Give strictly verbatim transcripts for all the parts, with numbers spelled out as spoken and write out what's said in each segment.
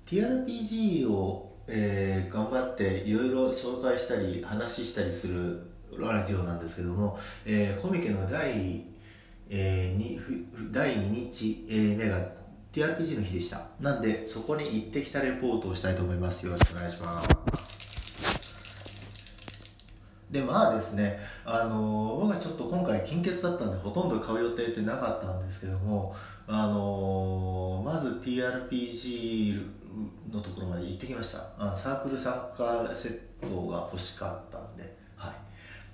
ティーアールピージー を、えー頑張っていろいろ紹介したり話したりするラジオなんですけども、えーコミケの第、えーにふだいににちめが ティーアールピージー の日でした。なんでそこに行ってきたレポートをしたいと思います。よろしくお願いします。でまあですね、あの僕はちょっと今回金欠だったんでほとんど買う予定ってなかったんですけども、あのまず ティーアールピージー のところまで行ってきました。あのサークル参加セットが欲しかったんで、はい、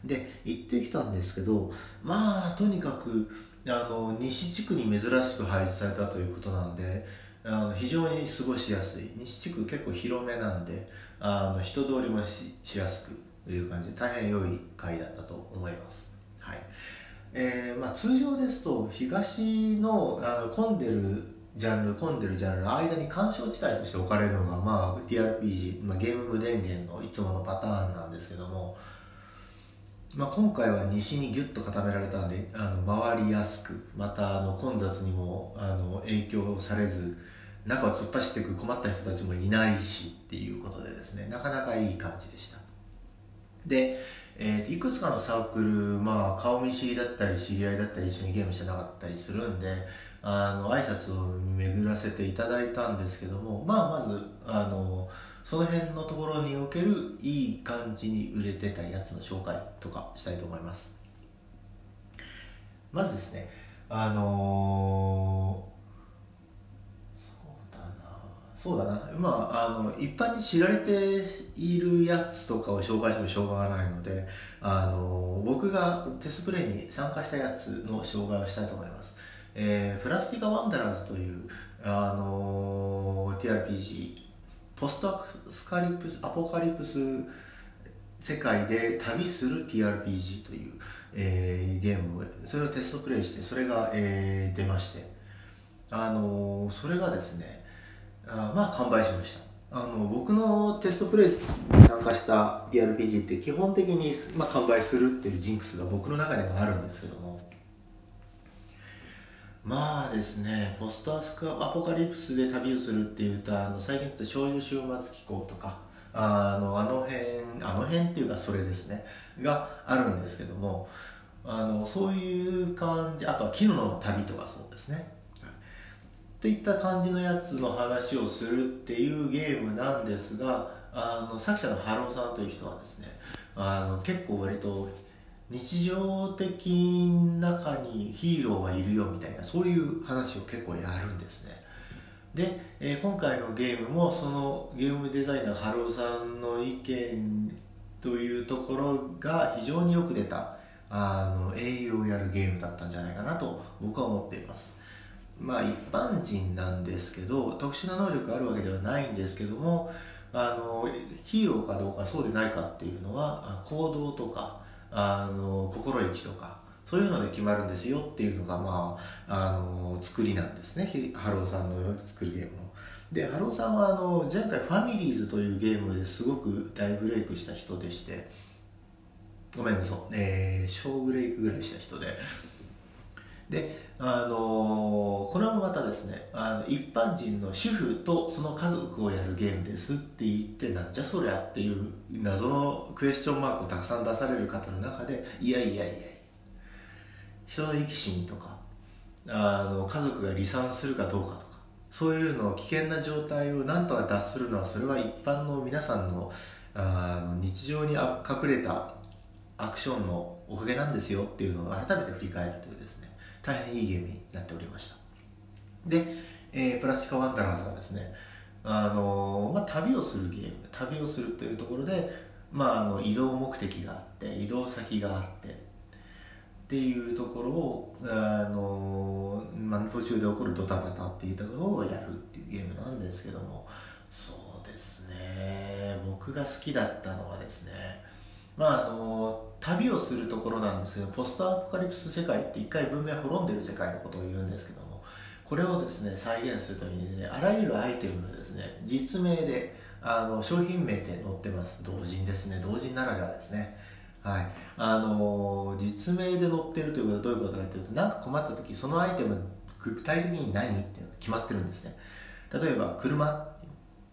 で行ってきたんですけど、まあとにかくあの西地区に珍しく配置されたということなんで、あの非常に過ごしやすい。西地区結構広めなんで、あの人通りも し, しやすくという感じで大変良い回だったと思います。はい。えーまあ、通常ですと東 の, あの混んでるジャンル混んでるジャンルの間に干渉地帯として置かれるのが、まあ、ティーアールピージー、まあ、ゲーム無電源のいつものパターンなんですけども、まあ、今回は西にギュッと固められたんで、あの回りやすく、またあの混雑にもあの影響されず、中を突っ走っていく困った人たちもいないしっていうことでですね、なかなかいい感じでした。で、えー、いくつかのサークル、まあ、顔見知りだったり知り合いだったり一緒にゲームしてなかったりするんで、あの挨拶を巡らせていただいたんですけども、まあ、まずあのその辺のところにおけるいい感じに売れてたやつの紹介とかしたいと思います。まずですね、あのーそうだな、まあ、あの一般に知られているやつとかを紹介してもしょうがないので、あの僕がテストプレイに参加したやつの紹介をしたいと思います。えー、プラスティカ・ワンダラーズという、あの ティーアールピージー ポストスカリプスアポカリプス世界で旅する ティーアールピージー という、えーゲームをそれをテストプレイして、それが、えー出まして、あのそれがですね、あまあ完売しました。あの僕のテストプレイに参加した ティーアールピージー って基本的に、まあ、完売するっていうジンクスが僕の中にもあるんですけども、まあですね、ポストアスカアポカリプスで旅をするっていうと、あの最近言った少女終末機構とか、あのあの辺あの辺っていうかそれですねがあるんですけども、あのそういう感じ、あとはキノの旅とかそうですね、といった感じのやつの話をするっていうゲームなんですが、あの作者のハローさんという人はですね、あの結構割と日常的な中にヒーローはいるよみたいな、そういう話を結構やるんですね。で、えー今回のゲームもそのゲームデザイナーハローさんの意見というところが非常によく出た、あの英雄をやるゲームだったんじゃないかなと僕は思っています。まあ一般人なんですけど、特殊な能力があるわけではないんですけども、あのヒーローかどうかそうでないかっていうのは行動とか、あの心意気とかそういうので決まるんですよっていうのが、まあ、あの作りなんですね、ハローさんの作るゲームの。でハローさんはあの前回「ファミリーズ」というゲームですごく大ブレイクした人でして、ごめん嘘、えー、小ブレイクぐらいした人で、で、あのーこれもまたですね、あの一般人の主婦とその家族をやるゲームですって言って、なんじゃそりゃっていう謎のクエスチョンマークをたくさん出される方の中で、いやいやいや、人の生き死にとか、あの家族が離散するかどうかとか、そういうのを危険な状態をなんとか脱するのは、それは一般の皆さんのあの日常にあ隠れたアクションのおかげなんですよっていうのを改めて振り返るというですね、大変いいゲームになっておりました。で、えープラスティカ・ワンダラーズはですね、あのーまあ、旅をするゲーム旅をするというところで、まあ、あの移動目的があって移動先があってっていうところを、あのーまあ、途中で起こるドタバタっていうところをやるっていうゲームなんですけども、そうですね、僕が好きだったのはですね、まああの旅をするところなんですけど、ポストアポカリプス世界って一回文明滅んでる世界のことを言うんですけども、これをですね再現するためにですね、あらゆるアイテムがですね実名で、あの商品名で載ってます。同人ですね、同人ならではですね。はい、あの実名で載ってるということはどういうことかというと、何か困った時そのアイテム具体的に何っていうのが決まってるんですね。例えば車っていう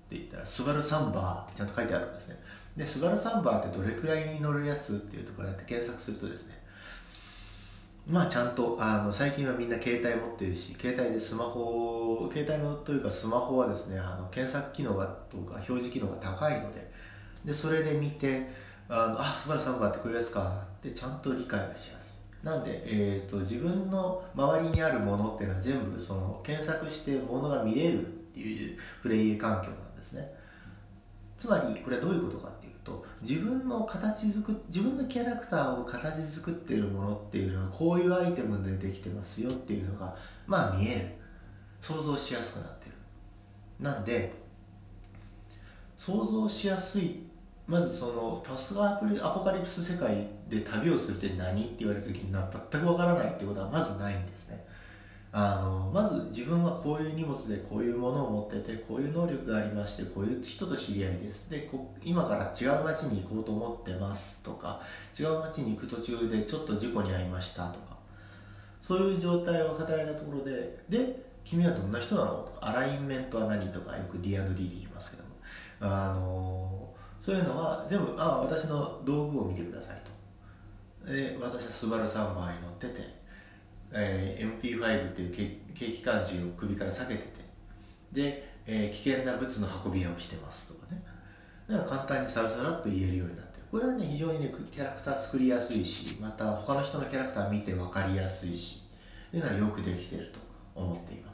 って言ったらスバルサンバーってちゃんと書いてあるんですね。でスバルサンバーってどれくらいに乗るやつっていうところやって検索するとですね、まあちゃんとあの最近はみんな携帯持ってるし、携帯でスマホ携帯のというかスマホはですね、あの検索機能がとか表示機能が高いので、でそれで見てあのあスバルサンバーってこういうやつかってちゃんと理解がしやすい。なんで、えー、と自分の周りにあるものっていうのは全部その検索してものが見れるっていうプレイ環境なんですね。つまりこれはどういうことかっていうと、自分の形作自分のキャラクターを形作っているものっていうのはこういうアイテムでできてますよっていうのがまあ見える、想像しやすくなってる。なんで想像しやすい。まずそのポストアポカリプス世界で旅をするって何って言われた時に全くわからないってことはまずないんですね。あのまず自分はこういう荷物でこういうものを持っててこういう能力がありましてこういう人と知り合いですでこ今から違う町に行こうと思ってますとか、違う町に行く途中でちょっと事故に遭いましたとか、そういう状態を語られたところでで君はどんな人なのとか、アラインメントは何とかよく ディーアンドディー で言いますけども、あのそういうのは全部あ私の道具を見てくださいと。で私はスバルサンバーに乗ってて、えー、エムピーファイブ っていう軽機関銃を首から下げてて、で、えー、危険な物の運び屋をしてますとかね、だから簡単にさらさらっと言えるようになってる。これはね非常にねキャラクター作りやすいし、また他の人のキャラクター見て分かりやすいしっていうのはよくできていると思っています。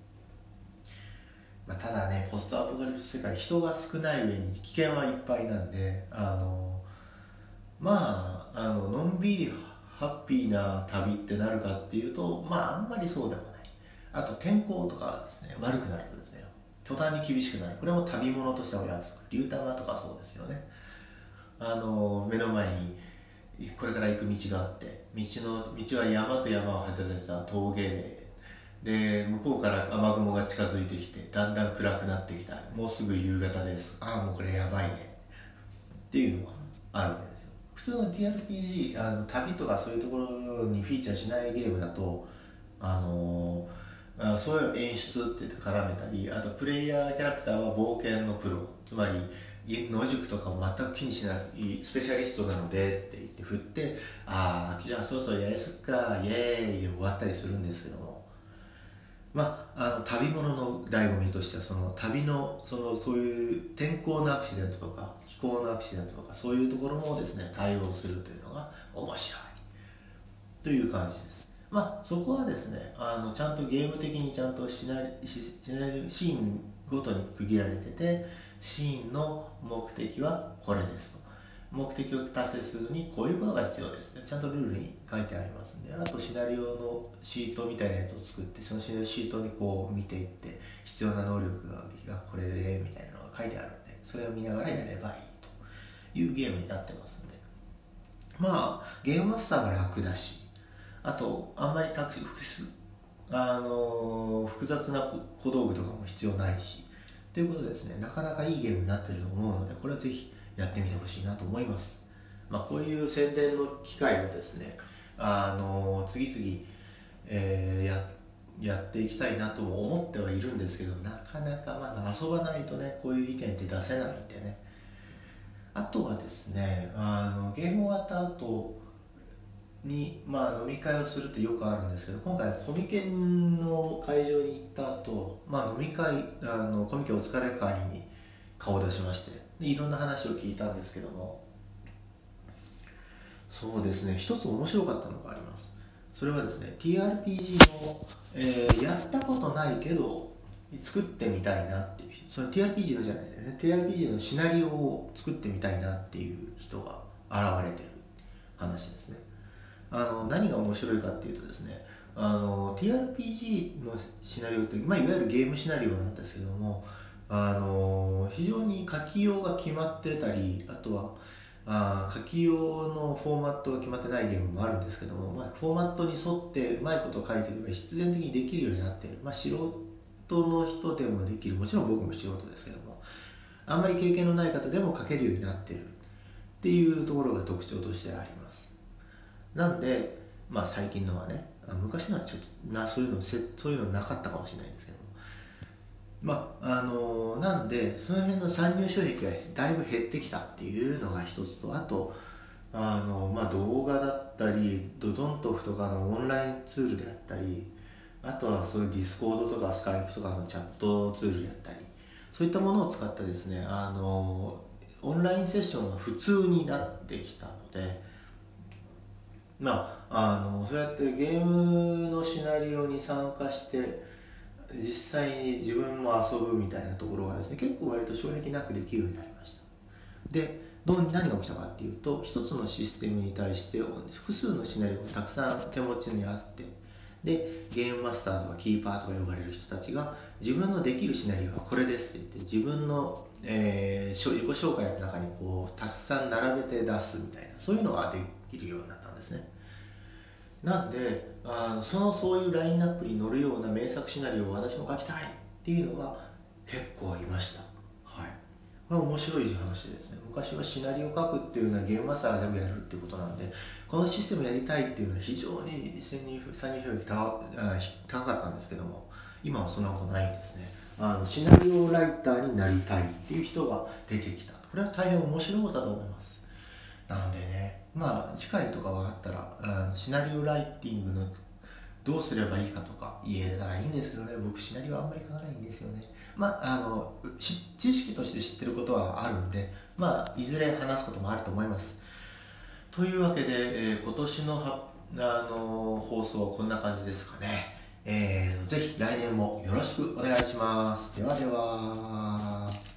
まあ、ただねポストアポカリプス世界人が少ない上に危険はいっぱいなんで、あのまああののんびりハッピーな旅ってなるかっていうとまああんまりそうでもない。あと天候とかですね悪くなるとですね途端に厳しくなる。これも旅物としては約束、竜玉とかそうですよね。あの目の前にこれから行く道があって道の道は山と山を外れた峠でで向こうから雨雲が近づいてきてだんだん暗くなってきた、もうすぐ夕方です、ああもうこれやばいねっていうのがあるわけですよ。普通の ティーアールピージー あの旅とかそういうところにフィーチャーしないゲームだとあのあそういう演出って言って絡めたり、あとプレイヤーキャラクターは冒険のプロ、つまり野宿とかを全く気にしないスペシャリストなのでって言って振って、ああじゃあそろそろやりすっかイエーイで終わったりするんですけども、まあ、あの旅物の醍醐味としてはその旅のそのそういう天候のアクシデントとか気候のアクシデントとかそういうところもですね対応するというのが面白いという感じです。まあそこはですねあのちゃんとゲーム的にちゃんとシナリシナリシーンごとに区切られてて、シーンの目的はこれですと、目的を達成するにこういうことが必要ですね、ちゃんとルールに書いてありますんで、あとシナリオのシートみたいなやつを作ってそのシナリオシートにこう見ていって必要な能力がこれでみたいなのが書いてあるんで、それを見ながらやればいいというゲームになってますんで、まあゲームマスターが楽だし、あとあんまりたく複数あの複雑な小道具とかも必要ないしということでですね、なかなかいいゲームになってると思うので、これはぜひやってみてほしいなと思います。まあ、こういう宣伝の機会をですねあの次々、えー、ややっていきたいなとも思ってはいるんですけど、なかなかまず遊ばないとねこういう意見って出せないんでね。あとはですねあのゲーム終わった後に、まあ、飲み会をするってよくあるんですけど、今回はコミケの会場に行った後、まあ飲み会あのコミケお疲れ会に顔を出しまして、でいろんな話を聞いたんですけども、そうですね一つ面白かったのがあります。それはですね ティーアールピージー の、えー、やったことないけど作ってみたいなっていう、その ティーアールピージー のじゃないですね ティーアールピージー のシナリオを作ってみたいなっていう人が現れてる話ですね。あの何が面白いかっていうとですねあの ティーアールピージー のシナリオって、まあ、いわゆるゲームシナリオなんですけども、あの非常に書きようが決まってたり、あとはあ書きようのフォーマットが決まってないゲームもあるんですけども、まあ、フォーマットに沿ってうまいこと書いていれば必然的にできるようになっている、まあ、素人の人でもできる、もちろん僕も素人ですけどもあんまり経験のない方でも書けるようになっているっていうところが特徴としてあります。なんで、まあ、最近のはね昔のはちょっとなそういうのそういうのなかったかもしれないんですけども、 まああのなんでその辺の参入障壁がだいぶ減ってきたっていうのが一つと、あとあの、まあ、動画だったりドドントフとかのオンラインツールであったり、あとはそういうディスコードとかスカイプとかのチャットツールであったり、そういったものを使ったですね、あのオンラインセッションが普通になってきたので、まあ、あのそうやってゲームのシナリオに参加して実際に自分も遊ぶみたいなところがですね、結構割と衝撃なくできるようになりました。でどう何が起きたかっていうと、一つのシステムに対して複数のシナリオがたくさん手持ちにあって、でゲームマスターとかキーパーとか呼ばれる人たちが自分のできるシナリオはこれですって言って、自分の、えー、自己紹介の中にこうたくさん並べて出すみたいな、そういうのができるようになったんですね。なんであのそのそういうラインナップに乗るような名作シナリオを私も書きたいっていうのが結構いました。はい、これは面白い話ですね。昔はシナリオ書くっていうのはゲームマスターが全部やるっていうことなんで、このシステムやりたいっていうのは非常に参入参入障壁高高かったんですけども、今はそんなことないんですね。あのシナリオライターになりたいっていう人が出てきた。これは大変面白いことだと思います。なんでね、まあ次回とかはあったらあのシナリオライティングのどうすればいいかとか言えたらいいんですけどね、僕シナリオあんまり書かないんですよね。まああの知識として知ってることはあるんで、まあいずれ話すこともあると思います。というわけで、えー今年のはあの放送はこんな感じですかね。えー、ぜひ来年もよろしくお願いします。ではでは。